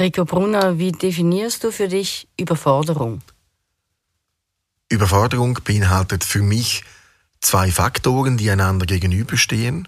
Rico Brunner, wie definierst du für dich Überforderung? Überforderung beinhaltet für mich 2 Faktoren, die einander gegenüberstehen.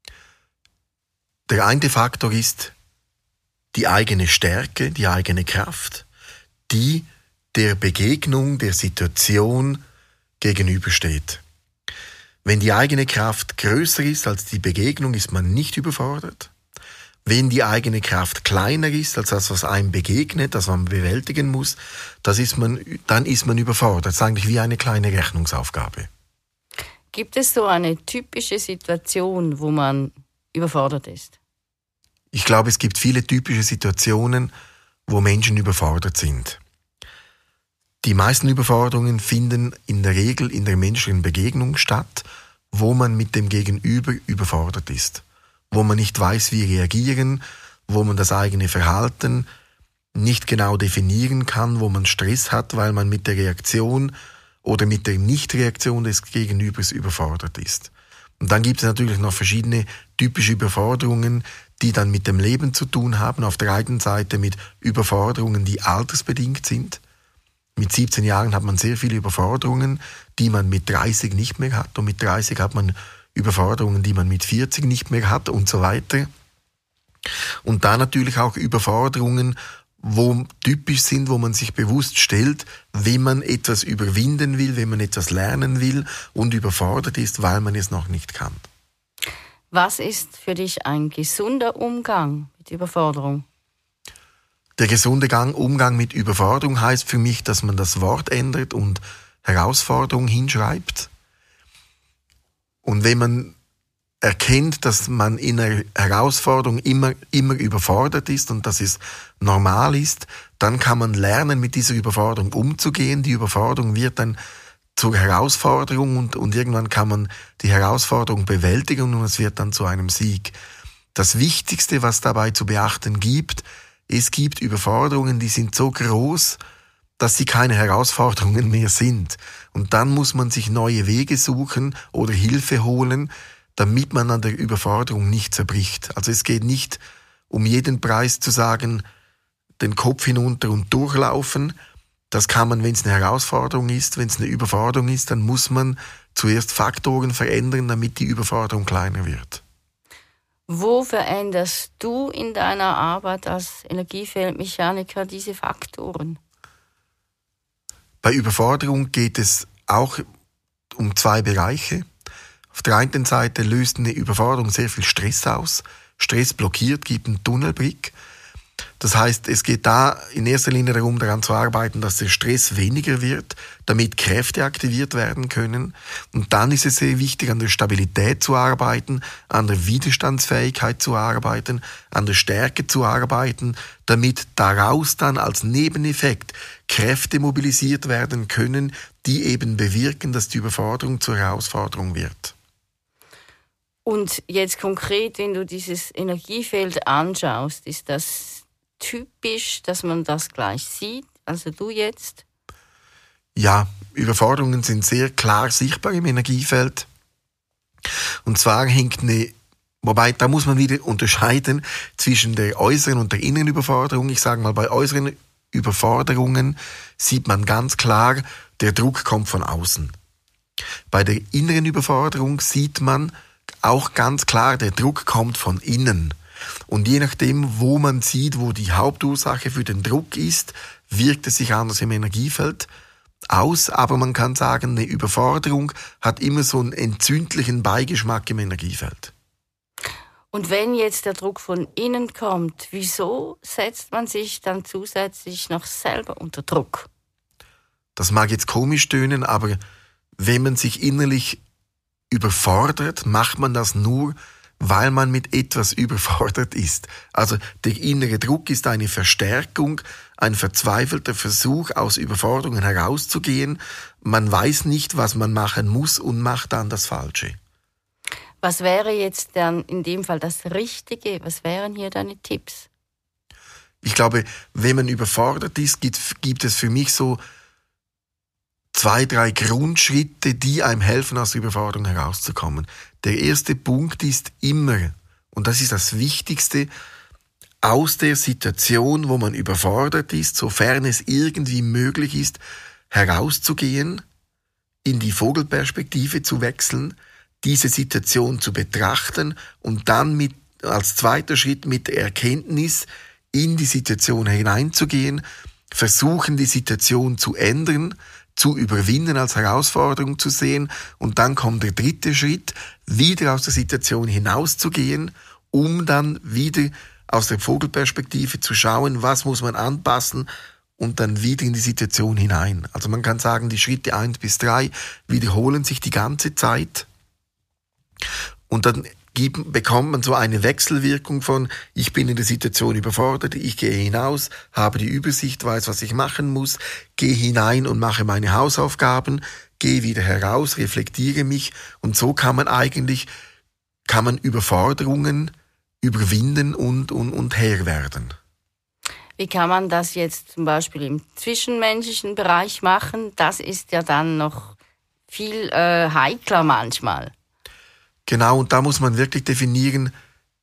Der eine Faktor ist die eigene Stärke, die eigene Kraft, die der Begegnung, der Situation gegenübersteht. Wenn die eigene Kraft größer ist als die Begegnung, ist man nicht überfordert. Wenn die eigene Kraft kleiner ist als das, was einem begegnet, das man bewältigen muss, dann ist man überfordert. Das ist eigentlich wie eine kleine Rechnungsaufgabe. Gibt es so eine typische Situation, wo man überfordert ist? Ich glaube, es gibt viele typische Situationen, wo Menschen überfordert sind. Die meisten Überforderungen finden in der Regel in der menschlichen Begegnung statt, wo man mit dem Gegenüber überfordert ist, wo man nicht weiß, wie reagieren, wo man das eigene Verhalten nicht genau definieren kann, wo man Stress hat, weil man mit der Reaktion oder mit der Nichtreaktion des Gegenübers überfordert ist. Und dann gibt es natürlich noch verschiedene typische Überforderungen, die dann mit dem Leben zu tun haben. Auf der einen Seite mit Überforderungen, die altersbedingt sind. Mit 17 Jahren hat man sehr viele Überforderungen, die man mit 30 nicht mehr hat. Und mit 30 hat man Überforderungen, die man mit 40 nicht mehr hat und so weiter. Und da natürlich auch Überforderungen, wo typisch sind, wo man sich bewusst stellt, wenn man etwas überwinden will, wenn man etwas lernen will und überfordert ist, weil man es noch nicht kann. Was ist für dich ein gesunder Umgang mit Überforderung? Der gesunde Umgang mit Überforderung heißt für mich, dass man das Wort ändert und Herausforderung hinschreibt. Und wenn man erkennt, dass man in einer Herausforderung immer überfordert ist und dass es normal ist, dann kann man lernen, mit dieser Überforderung umzugehen. Die Überforderung wird dann zur Herausforderung und irgendwann kann man die Herausforderung bewältigen und es wird dann zu einem Sieg. Das Wichtigste, was dabei zu beachten gibt, es gibt Überforderungen, die sind so groß, dass sie keine Herausforderungen mehr sind. Und dann muss man sich neue Wege suchen oder Hilfe holen, damit man an der Überforderung nicht zerbricht. Also es geht nicht um jeden Preis zu sagen, den Kopf hinunter und durchlaufen. Das kann man, wenn es eine Herausforderung ist. Wenn es eine Überforderung ist, dann muss man zuerst Faktoren verändern, damit die Überforderung kleiner wird. Wo veränderst du in deiner Arbeit als Energiefeldmechaniker diese Faktoren? Bei Überforderung geht es auch um 2 Bereiche. Auf der einen Seite löst eine Überforderung sehr viel Stress aus. Stress blockiert, gibt einen Tunnelblick. Das heißt, es geht da in erster Linie daran zu arbeiten, dass der Stress weniger wird, damit Kräfte aktiviert werden können. Und dann ist es sehr wichtig, an der Stabilität zu arbeiten, an der Widerstandsfähigkeit zu arbeiten, an der Stärke zu arbeiten, damit daraus dann als Nebeneffekt Kräfte mobilisiert werden können, die eben bewirken, dass die Überforderung zur Herausforderung wird. Und jetzt konkret, wenn du dieses Energiefeld anschaust, ist das typisch, dass man das gleich sieht? Also du jetzt? Ja, Überforderungen sind sehr klar sichtbar im Energiefeld. Und zwar wobei, da muss man wieder unterscheiden zwischen der äußeren und der inneren Überforderung. Ich sage mal, bei äußeren Überforderungen sieht man ganz klar, der Druck kommt von außen. Bei der inneren Überforderung sieht man auch ganz klar, der Druck kommt von innen. Und je nachdem, wo man sieht, wo die Hauptursache für den Druck ist, wirkt es sich anders im Energiefeld aus. Aber man kann sagen, eine Überforderung hat immer so einen entzündlichen Beigeschmack im Energiefeld. Und wenn jetzt der Druck von innen kommt, wieso setzt man sich dann zusätzlich noch selber unter Druck? Das mag jetzt komisch tönen, aber wenn man sich innerlich überfordert, macht man das nur, weil man mit etwas überfordert ist. Also der innere Druck ist eine Verstärkung, ein verzweifelter Versuch, aus Überforderungen herauszugehen. Man weiß nicht, was man machen muss und macht dann das Falsche. Was wäre jetzt dann in dem Fall das Richtige? Was wären hier deine Tipps? Ich glaube, wenn man überfordert ist, gibt es für mich so 2, 3 Grundschritte, die einem helfen, aus der Überforderung herauszukommen. Der erste Punkt ist immer, und das ist das Wichtigste, aus der Situation, wo man überfordert ist, sofern es irgendwie möglich ist, herauszugehen, in die Vogelperspektive zu wechseln, diese Situation zu betrachten und dann als zweiter Schritt mit der Erkenntnis in die Situation hineinzugehen, versuchen, die Situation zu ändern, zu überwinden, als Herausforderung zu sehen. Und dann kommt der dritte Schritt, wieder aus der Situation hinauszugehen, um dann wieder aus der Vogelperspektive zu schauen, was muss man anpassen und dann wieder in die Situation hinein. Also man kann sagen, die Schritte 1 bis 3 wiederholen sich die ganze Zeit. Und dann bekommt man so eine Wechselwirkung von, ich bin in der Situation überfordert, ich gehe hinaus, habe die Übersicht, weiß, was ich machen muss, gehe hinein und mache meine Hausaufgaben, gehe wieder heraus, reflektiere mich und so kann man Überforderungen überwinden und Herr werden. Wie kann man das jetzt zum Beispiel im zwischenmenschlichen Bereich machen? Das ist ja dann noch viel heikler manchmal. Genau, und da muss man wirklich definieren,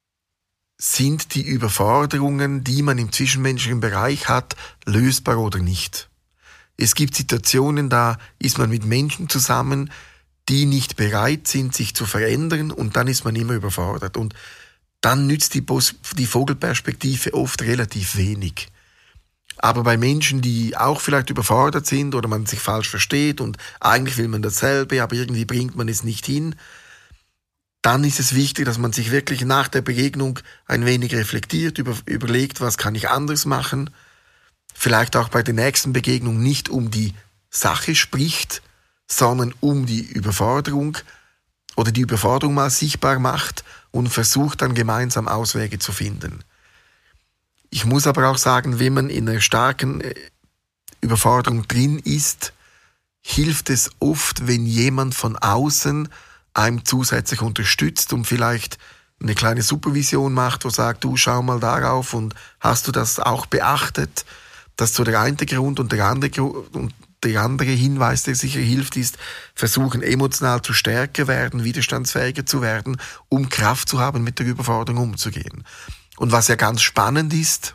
sind die Überforderungen, die man im zwischenmenschlichen Bereich hat, lösbar oder nicht. Es gibt Situationen, da ist man mit Menschen zusammen, die nicht bereit sind, sich zu verändern und dann ist man immer überfordert. Und dann nützt die Vogelperspektive oft relativ wenig. Aber bei Menschen, die auch vielleicht überfordert sind oder man sich falsch versteht und eigentlich will man dasselbe, aber irgendwie bringt man es nicht hin, dann ist es wichtig, dass man sich wirklich nach der Begegnung ein wenig reflektiert, überlegt, was kann ich anders machen. Vielleicht auch bei der nächsten Begegnung nicht um die Sache spricht, sondern um die Überforderung oder die Überforderung mal sichtbar macht und versucht dann gemeinsam Auswege zu finden. Ich muss aber auch sagen, wenn man in einer starken Überforderung drin ist, hilft es oft, wenn jemand von außen einem zusätzlich unterstützt und vielleicht eine kleine Supervision macht, wo sagt, du schau mal darauf und hast du das auch beachtet? Das ist so der eine Grund und der andere Hinweis, der sicher hilft, ist, versuchen emotional zu stärker werden, widerstandsfähiger zu werden, um Kraft zu haben, mit der Überforderung umzugehen. Und was ja ganz spannend ist,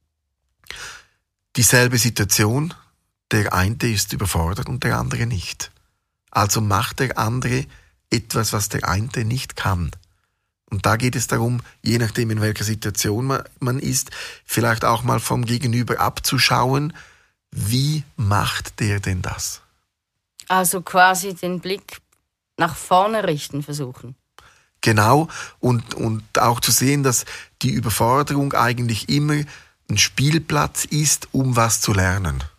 dieselbe Situation, der eine ist überfordert und der andere nicht. Also macht der andere etwas, was der eine nicht kann. Und da geht es darum, je nachdem in welcher Situation man ist, vielleicht auch mal vom Gegenüber abzuschauen, wie macht der denn das? Also quasi den Blick nach vorne richten versuchen. Genau, und auch zu sehen, dass die Überforderung eigentlich immer ein Spielplatz ist, um was zu lernen.